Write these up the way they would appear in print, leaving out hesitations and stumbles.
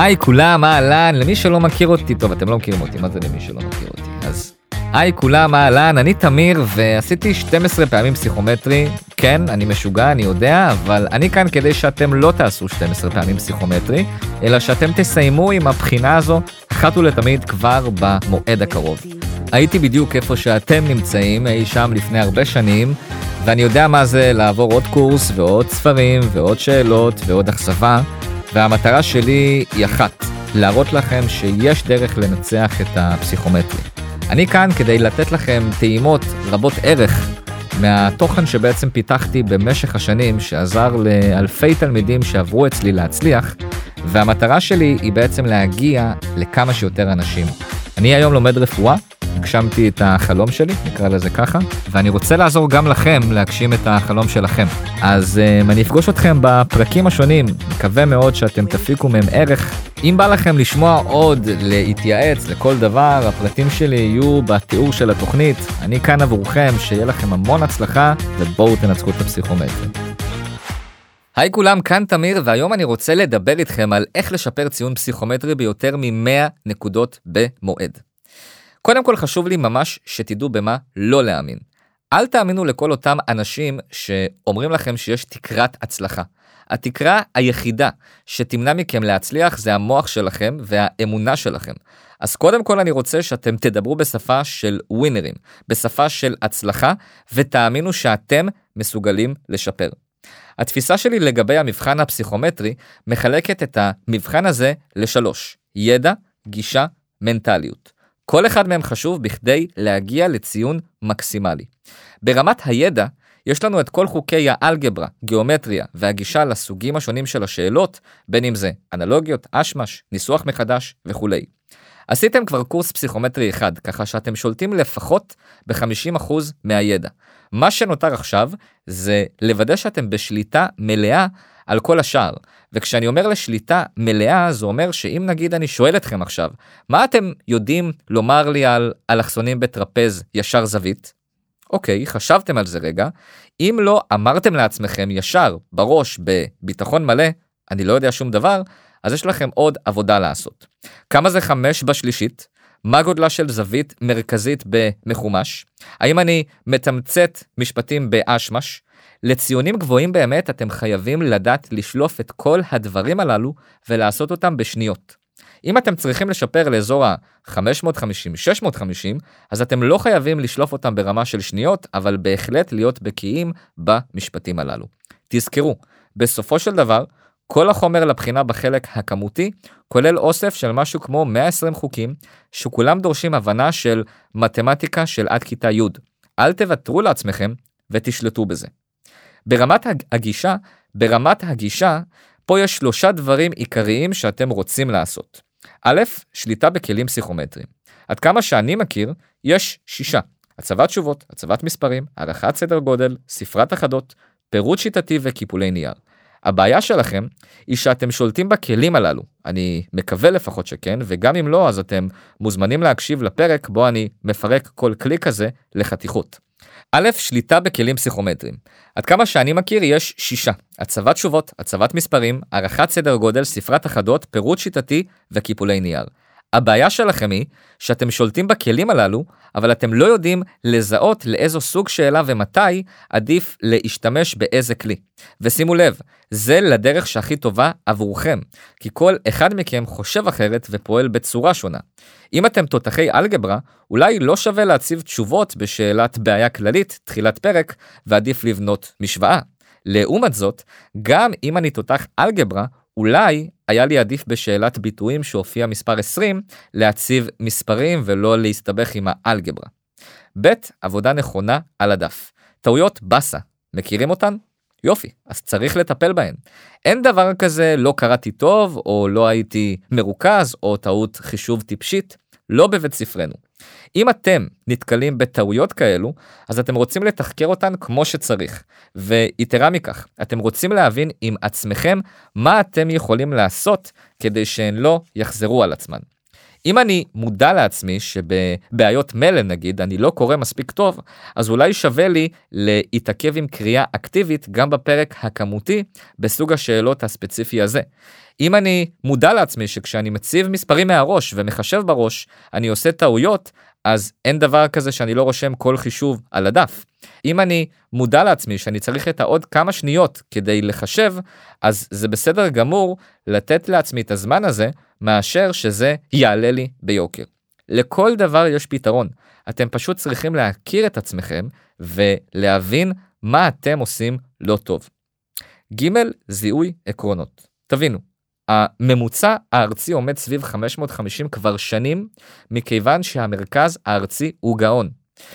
היי כולם, אהלן, למי שלא מכיר אותי, טוב, אתם לא מכירים אותי, מה זה למי שלא מכיר אותי? אז היי כולם, אהלן, אני תמיר, ועשיתי 12 פעמים פסיכומטרי, כן, אני משוגע, אני יודע, אבל אני כאן כדי שאתם לא תעשו 12 פעמים פסיכומטרי, אלא שאתם תסיימו עם הבחינה הזו, אחת ולתמיד כבר במועד הקרוב. הייתי בדיוק איפה שאתם נמצאים, אי שם לפני הרבה שנים, ואני יודע מה זה לעבור עוד קורס ועוד ספרים ועוד שאלות ועוד אכזבה, והמטרה שלי היא אחת, להראות לכם שיש דרך לנצח את הפסיכומטרי. אני כאן כדי לתת לכם טעימות רבות ערך מהתוכן שבעצם פיתחתי במשך השנים, שעזר לאלפי תלמידים שעברו אצלי להצליח, והמטרה שלי היא בעצם להגיע לכמה שיותר אנשים. אני היום לומד רפואה, הגשמתי את החלום שלי, נקרא לזה ככה, ואני רוצה לעזור גם לכם להגשים את החלום שלכם. אז אני אפגוש אתכם בפרקים השונים, מקווה מאוד שאתם תפיקו מהם ערך. אם בא לכם לשמוע עוד, להתייעץ לכל דבר, הפרטים שלי יהיו בתיאור של התוכנית. אני כאן עבורכם, שיהיה לכם המון הצלחה, ובואו תנצחו את הפסיכומטרי. היי כולם, כאן תמיר, והיום אני רוצה לדבר איתכם על איך לשפר ציון פסיכומטרי ביותר מ-100 נקודות במועד. קודם כל חשוב לי ממש שתדעו במה לא להאמין. אל תאמינו לכל אותם אנשים שאומרים לכם שיש תקרת הצלחה. התקרה היחידה שתמנע מכם להצליח זה המוח שלכם והאמונה שלכם. אז קודם כל אני רוצה שאתם תדברו בשפה של ווינרים, בשפה של הצלחה, ותאמינו שאתם מסוגלים לשפר. התפיסה שלי לגבי המבחן הפסיכומטרי מחלקת את המבחן הזה לשלוש: ידע, גישה, מנטליות. כל אחד מהם חשוב בכדי להגיע לציון מקסימלי. ברמת הידע, יש לנו את כל חוקי האלגברה, גיאומטריה והגישה לסוגים השונים של השאלות, בין אם זה אנלוגיות, אשמש, ניסוח מחדש וכו'. עשיתם כבר קורס פסיכומטרי אחד, ככה שאתם שולטים לפחות ב-50% מהידע. מה שנותר עכשיו זה לוודא שאתם בשליטה מלאה על כל השאר. וכשאני אומר לשליטה מלאה, זה אומר שאם נגיד אני שואל אתכם עכשיו, מה אתם יודעים לומר לי על אלכסונים בטרפז ישר זווית? אוקיי, חשבתם על זה רגע. אם לא אמרתם לעצמכם ישר, בראש, בביטחון מלא, אני לא יודע שום דבר, אז יש לכם עוד עבודה לעשות. כמה זה 5 בשלישית? מה גודלה של זווית מרכזית במחומש? האם אני מתמצת משפטים באשמש? לציונים גבוהים באמת אתם חייבים לדעת לשלוף את כל הדברים הללו ולעשות אותם בשניות. אם אתם צריכים לשפר לאזור ה-550-650, אז אתם לא חייבים לשלוף אותם ברמה של שניות, אבל בהחלט להיות בקיאים במשפטים הללו. תזכרו, בסופו של דבר, כל החומר לבחינה בחלק הכמותי, כולל אוסף של משהו כמו 120 חוקים, שכולם דורשים הבנה של מתמטיקה של עד כיתה י'. אל תוותרו לעצמכם ותשלטו בזה. ברמת הגישה, פה יש 3 דברים עיקריים שאתם רוצים לעשות. א', שליטה בכלים פסיכומטריים. עד כמה שאני מכיר, יש 6. הצבת תשובות, הצבת מספרים, הערכת סדר גודל, ספרת אחדות, פירוט שיטתי וקיפולי נייר. הבעיה שלכם היא שאתם שולטים בכלים הללו. אני מקווה לפחות שכן, וגם אם לא, אז אתם מוזמנים להקשיב לפרק בו אני מפרק כל כלי כזה לחתיכות. א', שליטה בכלים פסיכומטריים. עד כמה שאני מכיר יש 6. הצבת תשובות, הצבת מספרים, הערכת סדר גודל, ספרת אחדות, פירוט שיטתי וקיפולי נייר. הבעיה שלכם היא שאתם שולטים בכלים הללו, אבל אתם לא יודעים לזהות לאיזו סוג שאלה ומתי עדיף להשתמש באיזה כלי. ושימו לב, זה לדרך שהכי טובה עבורכם, כי כל אחד מכם חושב אחרת ופועל בצורה שונה. אם אתם תותחי אלגברה, אולי לא שווה להציב תשובות בשאלת בעיה כללית, תחילת פרק, ועדיף לבנות משוואה. לעומת זאת, גם אם אני תותח אלגברה, אולי היה לי עדיף בשאלת ביטויים שהופיע מספר 20, להציב מספרים ולא להסתבך עם האלגברה. ב', עבודה נכונה על הדף. טעויות בסה, מכירים אותן? יופי, אז צריך לטפל בהן. אין דבר כזה לא קראתי טוב, או לא הייתי מרוכז, או טעות חישוב טיפשית, לא בבית ספרנו. אם אתם נתקלים בטעויות כאלו, אז אתם רוצים לתחקר אותן כמו שצריך. ויתרה מכך, אתם רוצים להבין עם עצמכם מה אתם יכולים לעשות כדי שהן לא יחזרו על עצמן. אם אני מודע לעצמי שבבעיות מלל נגיד אני לא קורא מספיק טוב, אז אולי שווה לי להתעכב עם קריאה אקטיבית גם בפרק הכמותי בסוג השאלות הספציפי הזה. אם אני מודע לעצמי שכשאני מציב מספרים מהראש ומחשב בראש אני עושה טעויות, אז אין דבר כזה שאני לא רושם כל חישוב על הדף. אם אני מודע לעצמי שאני צריך את העוד כמה שניות כדי לחשב, אז זה בסדר גמור לתת לעצמי את הזמן הזה, מאשר שזה יעלה לי ביוקר. לכל דבר יש פתרון. אתם פשוט צריכים להכיר את עצמכם ולהבין מה אתם עושים לא טוב. ג' זיהוי עקרונות. תבינו, הממוצע הארצי עומד סביב 550 כבר שנים, מכיוון שהמרכז הארצי הוא גאון.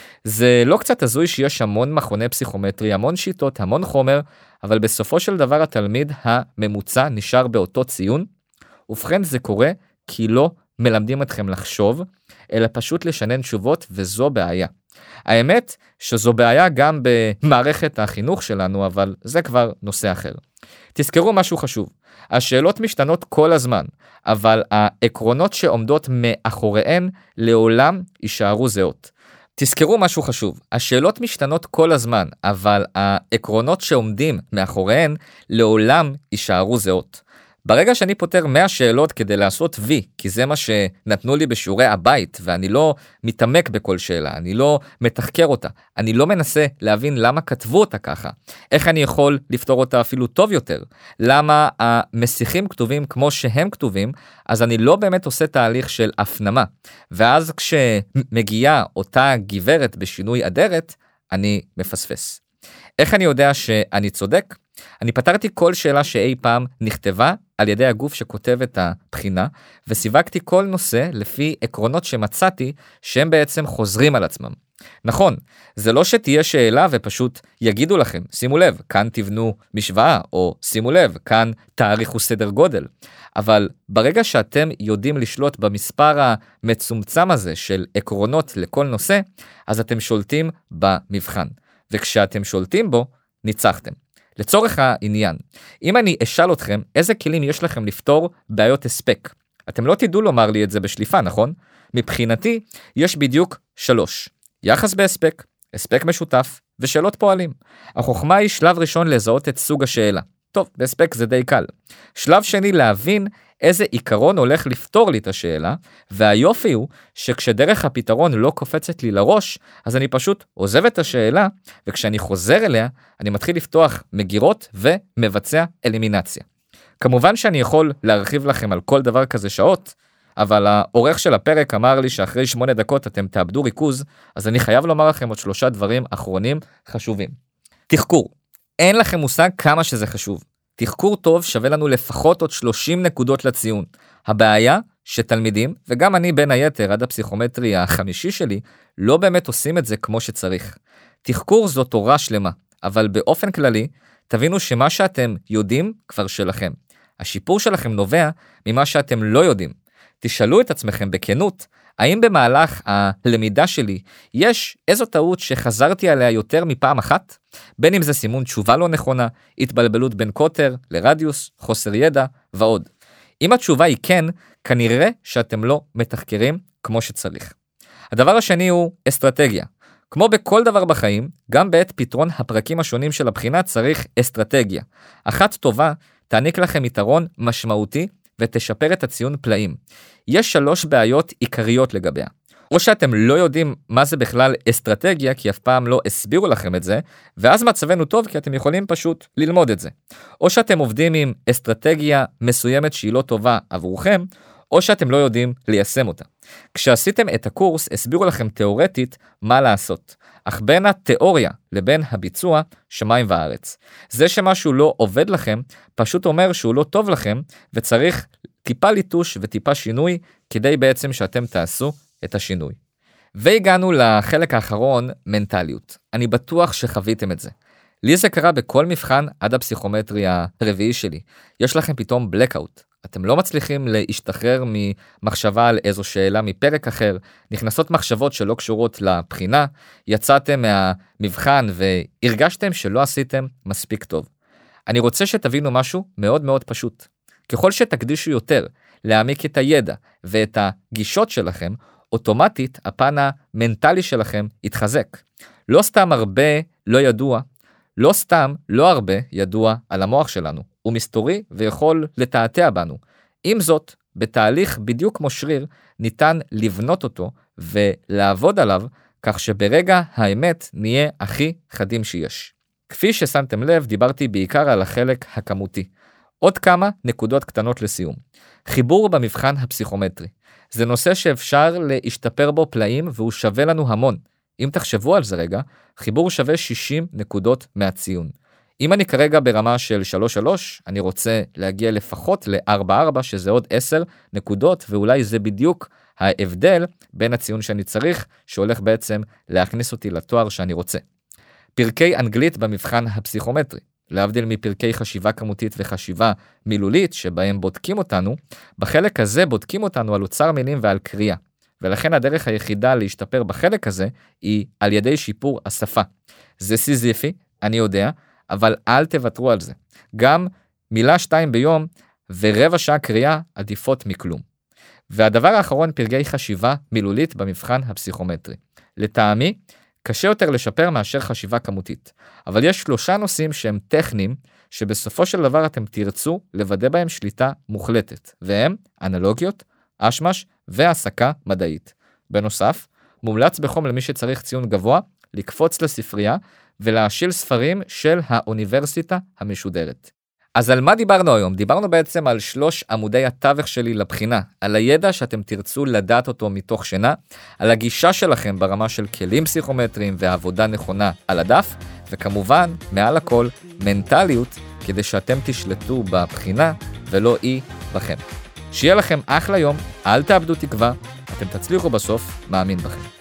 זה לא קצת הזוי שיש המון מכוני פסיכומטרי, המון שיטות, המון חומר, אבל בסופו של דבר התלמיד הממוצע נשאר באותו ציון. ובכן זה קורה כי לא מלמדים אתכם לחשוב, אלא פשוט לשנן תשובות, וזו בעיה. האמת שזו בעיה גם במערכת החינוך שלנו, אבל זה כבר נושא אחר. תזכרו משהו חשוב, השאלות משתנות כל הזמן, אבל העקרונות שעומדות מאחוריהן לעולם יישארו זהות. תזכרו משהו חשוב, השאלות משתנות כל הזמן, אבל העקרונות שעומדים מאחוריהן לעולם יישארו זהות. ברגע שאני פותר 100 שאלות כדי לעשות וי, כי זה מה שנתנו לי בשיעורי הבית, ואני לא מתעמק בכל שאלה, אני לא מתחקר אותה, אני לא מנסה להבין למה כתבו אותה ככה, איך אני יכול לפתור אותה אפילו טוב יותר, למה המסיחים כתובים כמו שהם כתובים, אז אני לא באמת עושה תהליך של הפנמה, ואז כשמגיעה אותה גברת בשינוי אדרת, אני מפספס. איך אני יודע שאני צודק? אני פתרתי כל שאלה שאי פעם נכתבה על ידי הגוף שכותב את הבחינה, וסיווגתי כל נושא לפי עקרונות שמצאתי שהם בעצם חוזרים על עצמם. נכון, זה לא שתהיה שאלה ופשוט יגידו לכם, שימו לב, כאן תבנו משוואה, או שימו לב, כאן תאריכו סדר גודל. אבל ברגע שאתם יודעים לשלוט במספר המצומצם הזה של עקרונות לכל נושא, אז אתם שולטים במבחן. וכשאתם שולטים בו, ניצחתם. לצורך העניין, אם אני אשאל אתכם איזה כלים יש לכם לפתור בעיות הספק, אתם לא תדעו לומר לי את זה בשליפה, נכון? מבחינתי יש בדיוק 3, יחס בהספק, הספק משותף ושאלות פועלים. החוכמה היא שלב ראשון לזהות את סוג השאלה. טוב, בהספק זה די קל. שלב שני להבין איזה עיקרון הולך לפתור לי את השאלה, והיופי הוא שכשדרך הפתרון לא קופצת לי לראש, אז אני פשוט עוזב את השאלה, וכשאני חוזר אליה, אני מתחיל לפתוח מגירות ומבצע אלימינציה. כמובן שאני יכול להרחיב לכם על כל דבר כזה שעות, אבל העורך של הפרק אמר לי שאחרי 8 דקות אתם תאבדו ריכוז, אז אני חייב לומר לכם עוד 3 דברים אחרונים חשובים. תחקור. אין לכם מושג כמה שזה חשוב. תחקור טוב שווה לנו לפחות עוד 30 נקודות לציון. הבעיה שתלמידים, וגם אני בין היתר עד הפסיכומטרי החמישי שלי, לא באמת עושים את זה כמו שצריך. תחקור זו תורה שלמה, אבל באופן כללי, תבינו שמה שאתם יודעים כבר שלכם. השיפור שלכם נובע ממה שאתם לא יודעים. תשאלו את עצמכם בכנות, האם במהלך הלמידה שלי יש איזו טעות שחזרתי עליה יותר מפעם אחת? בין אם זה סימון תשובה לא נכונה, התבלבלות בין קוטר לרדיוס, חוסר ידע ועוד. אם התשובה היא כן, כנראה שאתם לא מתחקרים כמו שצריך. הדבר השני הוא אסטרטגיה. כמו בכל דבר בחיים, גם בעת פתרון הפרקים השונים של הבחינה צריך אסטרטגיה. אחת טובה תעניק לכם יתרון משמעותי ותשפר את הציון פלאים. יש 3 בעיות עיקריות לגביה. או שאתם לא יודעים מה זה בכלל אסטרטגיה, כי אף פעם לא הסבירו לכם את זה, ואז מצבנו טוב כי אתם יכולים פשוט ללמוד את זה. או שאתם עובדים עם אסטרטגיה מסוימת שהיא לא טובה עבורכם, או שאתם לא יודעים ליישם אותה. כשעשיתם את הקורס, הסבירו לכם תיאורטית מה לעשות. אך בין התיאוריה לבין הביצוע, שמיים וארץ. זה שמשהו לא עובד לכם, פשוט אומר שהוא לא טוב לכם, וצריך טיפה ליטוש וטיפה שינוי, כדי בעצם שאתם תעשו את השינוי. והגענו לחלק האחרון, מנטליות. אני בטוח שחוויתם את זה. לי זה קרה בכל מבחן עד הפסיכומטרי הרביעי שלי. יש לכם פתאום blackout. אתם לא מצליחים להשתחרר ממחשבה על איזו שאלה מפרק אחר, נכנסות מחשבות שלא קשורות לבחינה, יצאתם מהמבחן והרגשתם שלא עשיתם מספיק טוב. אני רוצה שתבינו משהו מאוד מאוד פשוט. ככל שתקדישו יותר להעמיק את הידע ואת הגישות שלכם, אוטומטית הפן המנטלי שלכם יתחזק. לא סתם הרבה לא ידוע, לא סתם לא הרבה ידוע על המוח שלנו. הוא מסתורי ויכול לתעתע בנו. עם זאת, בתהליך בדיוק כמו שריר, ניתן לבנות אותו ולעבוד עליו, כך שברגע האמת נהיה הכי חדים שיש. כפי ששמתם לב, דיברתי בעיקר על החלק הכמותי. עוד כמה נקודות קטנות לסיום. חיבור במבחן הפסיכומטרי. זה נושא שאפשר להשתפר בו פלאים והוא שווה לנו המון. אם תחשבו על זה רגע, חיבור שווה 60 נקודות מהציון. אם אני כרגע ברמה של 3-3, אני רוצה להגיע לפחות ל-4-4, שזה עוד 10 נקודות, ואולי זה בדיוק ההבדל בין הציון שאני צריך, שהולך בעצם להכניס אותי לתואר שאני רוצה. פרקי אנגלית במבחן הפסיכומטרי. להבדיל מפרקי חשיבה כמותית וחשיבה מילולית, שבהם בודקים אותנו, בחלק הזה בודקים אותנו על אוצר מילים ועל קריאה. ולכן הדרך היחידה להשתפר בחלק הזה, היא על ידי שיפור השפה. זה סיזיפי, אני יודע, אבל אל תוותרו על זה. גם מילה 2 ביום ורבע שעה קריאה עדיפות מכלום. והדבר האחרון, פרקי חשיבה מילולית במבחן הפסיכומטרי. לטעמי, קשה יותר לשפר מאשר חשיבה כמותית. אבל יש 3 נושאים שהם טכניים, שבסופו של דבר אתם תרצו לוודא בהם שליטה מוחלטת, והם אנלוגיות, אשמש והעסקה מדעית. בנוסף, מומלץ בחום למי שצריך ציון גבוה, לקפוץ לספרייה ולהשיל ספרים של האוניברסיטה המשודרת. אז על מה דיברנו היום? דיברנו בעצם על 3 עמודי התווך שלי לבחינה, על הידע שאתם תרצו לדעת אותו מתוך שינה, על הגישה שלכם ברמה של כלים פסיכומטריים ועבודה נכונה על הדף, וכמובן, מעל הכל, מנטליות, כדי שאתם תשלטו בבחינה ולא אי בכם. שיהיה לכם אחלה יום, אל תאבדו תקווה, אתם תצליחו בסוף, מאמין בכם.